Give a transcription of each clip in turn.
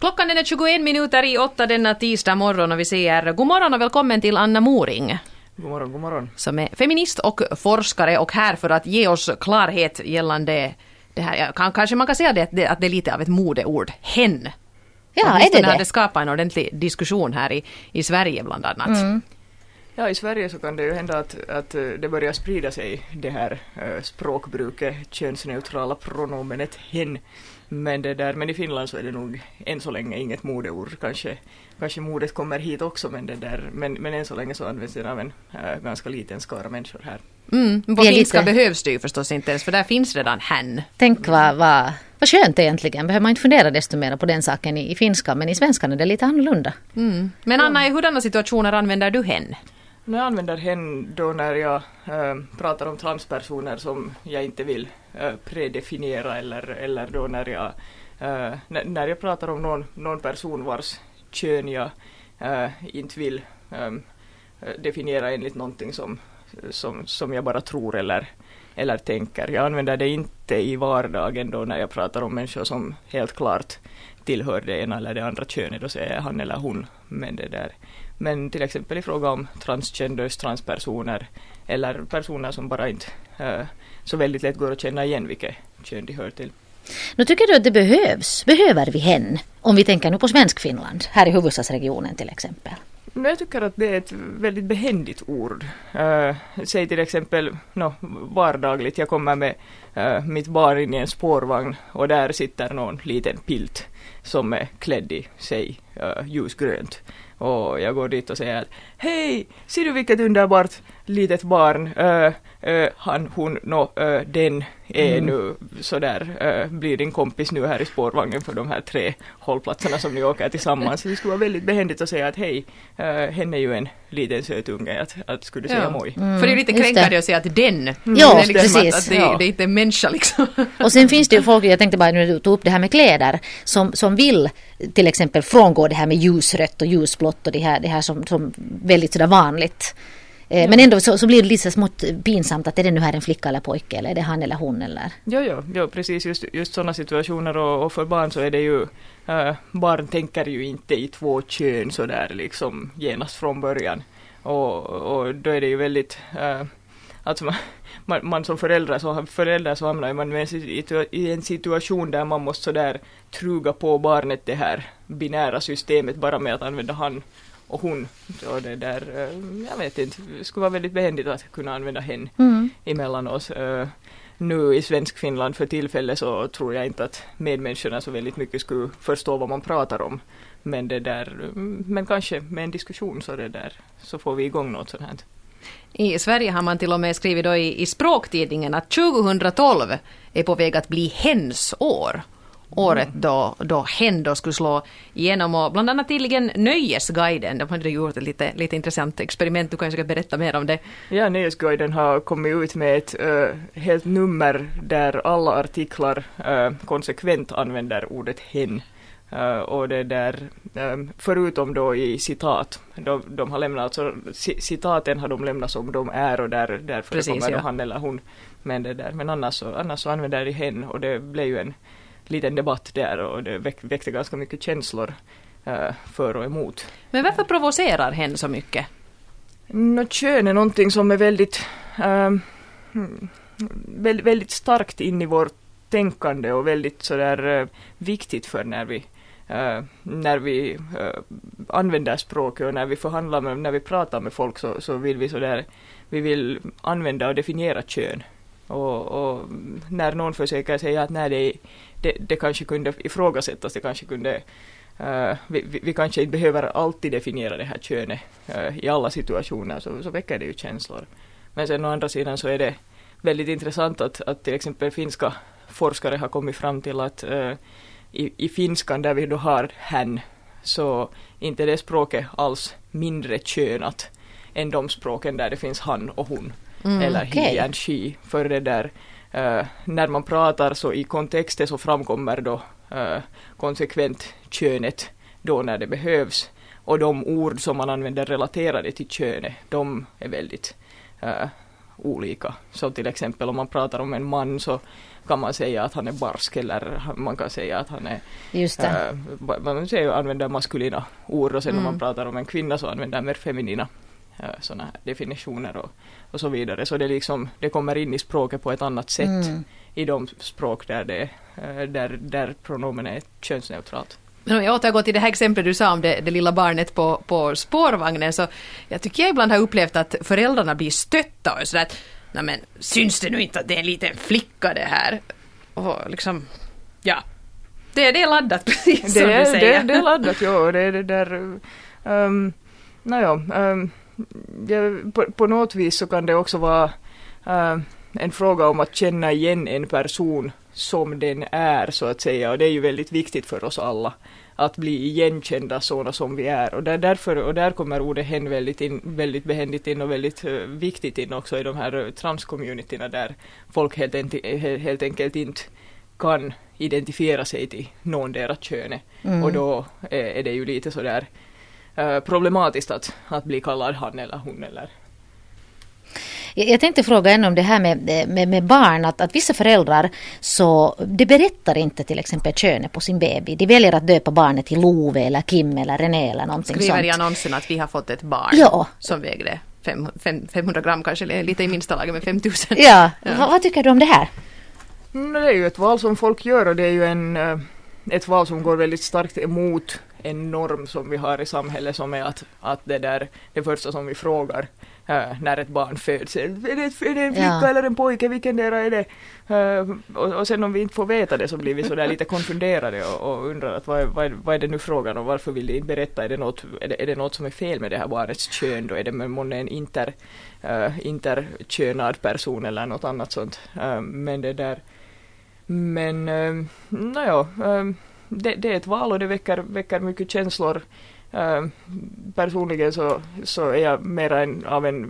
Klockan är 21 minuter i 8 denna tisdag morgon och vi säger god morgon och välkommen till Anna Moring. God morgon, god morgon. Som är feminist och forskare och här för att ge oss klarhet gällande det här. Kanske man kan säga att det är lite av ett modeord. Hen. Ja, är det? Det skapar en ordentlig diskussion här i Sverige bland annat. Mm. Ja, i Sverige så kan det ju hända att det börjar sprida sig det här språkbruket, könsneutrala pronomenet hen. Men i Finland så är det nog än så länge inget modeord. Kanske modet kommer hit också, men än så länge så används det av en ganska liten skara människor här. På finska behövs det ju förstås inte ens, för där finns redan hen. Tänk vad skönt egentligen. Behöver man inte fundera desto mer på den saken i finska, men i svenskan är det lite annorlunda. Men Anna, i hurdana situationer använder du hen? Jag använder hen då när jag pratar om transpersoner som jag inte vill predefiniera eller då när jag pratar om någon person vars kön jag inte vill definiera enligt någonting som jag bara tror eller tänker. Jag använder det inte i vardagen då när jag pratar om människor som helt klart tillhör det ena eller det andra könet, då säger jag han eller hon. Men till exempel i fråga om transgenders, transpersoner eller personer som bara inte så väldigt lätt går att känna igen vilket kön de hör till. Nu tycker du att det behöver vi hen, om vi tänker nu på svensk Finland, här i huvudstadsregionen till exempel? Men jag tycker att det är ett väldigt behändigt ord. Säg till exempel vardagligt, jag kommer med mitt barn in i en spårvagn och där sitter någon liten pilt som är klädd i sig ljusgrönt. Och jag går dit och säger att hej, ser du vilket underbart litet barn, han, hon, den är nu sådär, blir din kompis nu här i spårvagnen för de här 3 hållplatserna som ni åker tillsammans. Så det skulle vara väldigt behändigt att säga att hej, henne är ju en liten söt unge, att skulle säga moj. För det är lite kränkande att säga att den. Ja, det är liksom precis. Att det är inte en människa liksom. Och sen finns det ju folk, jag tänkte bara när du tog upp det här med kläder, som vill till exempel frångå det här med ljusrött och ljusblått och det här som väldigt sådär vanligt. Men ändå så blir det lite smått pinsamt att är det nu här en flicka eller pojke eller är det han eller hon eller? Ja, precis just sådana situationer och för barn så är det ju barn tänker ju inte i 2 kön så där liksom genast från början och då är det ju väldigt alltså man som förälder så hamnar man i en situation där man måste så där truga på barnet det här binära systemet bara med att använda han och hon, så det där, jag vet inte, det skulle vara väldigt behändigt att kunna använda hen emellan oss. Nu i svensk Finland för tillfället så tror jag inte att medmänniskorna så väldigt mycket skulle förstå vad man pratar om. Men kanske med en diskussion så får vi igång något sånt här. I Sverige har man till och med skrivit då i språktidningen att 2012 är på väg att bli hens år. Året då hen då skulle slå igenom och bland annat tydligen Nöjesguiden. De hade gjort ett lite intressant experiment. Du kanske ska berätta mer om det. Ja, Nöjesguiden har kommit ut med ett helt nummer där alla artiklar konsekvent använder ordet hen. Och det där, förutom då i citat. De har lämnat, alltså citaten har de lämnat som de är och där förekommer han eller hon. Men annars så använder de hen och det blev ju en liten debatt där och det väckte ganska mycket känslor för och emot. Men varför provocerar hen så mycket? Kön är någonting som är väldigt starkt in i vårt tänkande och väldigt sådär viktigt för när vi använder språket och när vi förhandlar när vi pratar med folk så vill vi vill använda och definiera kön. Och när någon försöker säga att nej, det kanske kunde ifrågasättas, det kanske kunde vi kanske inte behöver alltid definiera det här könet i alla situationer så väcker det ju känslor. Men sen å andra sidan så är det väldigt intressant att till exempel finska forskare har kommit fram till att i finskan där vi då har hen så inte det språket alls mindre könat än de språken där det finns han och hon. Eller he and she. För det där, när man pratar så i kontexten så framkommer då konsekvent könet då när det behövs. Och de ord som man använder relaterade till könet, de är väldigt olika. Så till exempel om man pratar om en man så kan man säga att han är barsk eller man kan säga att han är... Just det. Man säger, använder maskulina ord och sen om man pratar om en kvinna så använder mer feminina sådana här definitioner och så vidare. Så det, liksom, det kommer in i språket på ett annat sätt i de språk där pronomen är könsneutralt. Men om jag återgår till det här exemplet du sa om det lilla barnet på spårvagnen, så jag tycker jag ibland har upplevt att föräldrarna blir stötta och sådär att nej men, syns det nu inte att det är en liten flicka det här? Och liksom, ja, det är laddat precis som du säger. Det är laddat, ja. Det är det där, på något vis så kan det också vara en fråga om att känna igen en person som den är, så att säga, och det är ju väldigt viktigt för oss alla att bli igenkända sådana som vi är, och där kommer ordet hen väldigt behändigt in och väldigt viktigt in också i de här transcommunityna där folk helt enkelt inte kan identifiera sig till någon deras köne, och då är det ju lite sådär problematiskt att bli kallad han eller hon eller. Jag tänkte fråga ännu om det här med barn, att vissa föräldrar så det berättar inte till exempel könet på sin baby. De väljer att döpa barnet till Love eller Kim eller René eller någonting sånt. Skriver i annonsen att vi har fått ett barn som vägde 500 gram kanske, eller lite i minsta laget med 5000. Ja. Vad tycker du om det här? Det är ju ett val som folk gör, och det är ju ett val som går väldigt starkt emot en norm som vi har i samhället, som är att det första som vi frågar när ett barn föds är det en flicka eller en pojke, vilken där är det? Och sen om vi inte får veta det så blir vi så där lite konfunderade och undrar att vad är det nu frågan om, varför vill de inte berätta? Är det något som är fel med det här barnets kön då? Är det månne en interkönad person eller något annat sånt? Det är ett val och det väcker mycket känslor. Personligen så är jag mer av en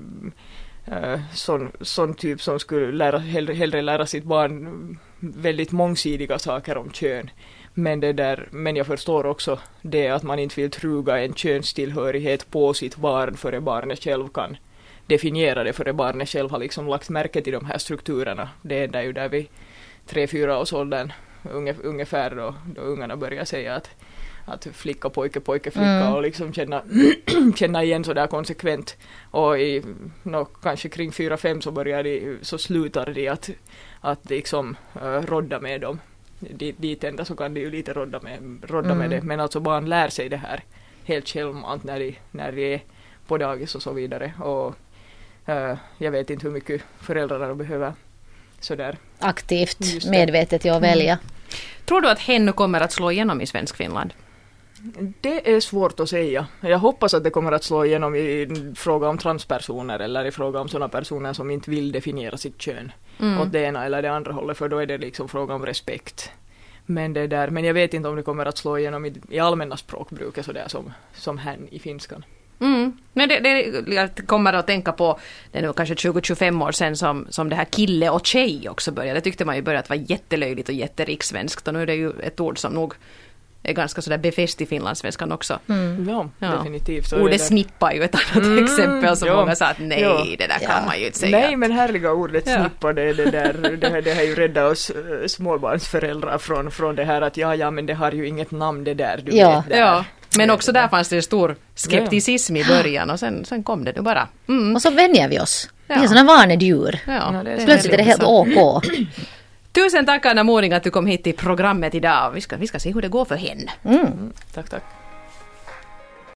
sån typ som skulle hellre lära sitt barn väldigt mångsidiga saker om kön. Men jag förstår också det att man inte vill truga en könstillhörighet på sitt barn före barnet själv kan definiera det, före barnet själv har liksom lagt märke till de här strukturerna. Det är ju där vi 3-4 års åldern ungefär då ungarna börjar säga att flicka, pojke, flicka och liksom känna igen så där konsekvent, och kanske kring 4-5 så slutar de att liksom rodda med dem. Dit ända så kan de ju lite rodda med det, men alltså barn lär sig det här helt självmant när de är på dagis och så vidare, och jag vet inte hur mycket föräldrarna behöver sådär aktivt, medvetet välja. Tror du att hen kommer att slå igenom i svensk Finland? Det är svårt att säga. Jag hoppas att det kommer att slå igenom i fråga om transpersoner eller i fråga om sådana personer som inte vill definiera sitt kön åt det ena eller det andra hållet, för då är det liksom fråga om respekt. Men jag vet inte om det kommer att slå igenom i allmänna språkbruket sådär som hen i finskan. Nej, jag kommer att tänka på det nu kanske 20-25 år sedan som det här kille och tjej också började. Det tyckte man ju började att vara jättelöjligt och jätteriksvenskt, och nu är det ju ett ord som nog är ganska sådär befäst i finlandssvenskan också. Ja, definitivt. Ordet snippa är ju ett annat exempel som många sa att nej, det där kan man ju inte säga. Nej, men härliga ordet snippa, det har ju räddat oss småbarnsföräldrar från det här att men det har ju inget namn det där, du vet där. Ja. Men också där fanns det stor skepticism i början, och sen kom det nu bara. Och så vänjer vi oss. Vi är sådana vanedjur. Plötsligt är det helt OK. Tusen tack Anna Moring att du kom hit till programmet idag. Vi ska se hur det går för henne. Tack.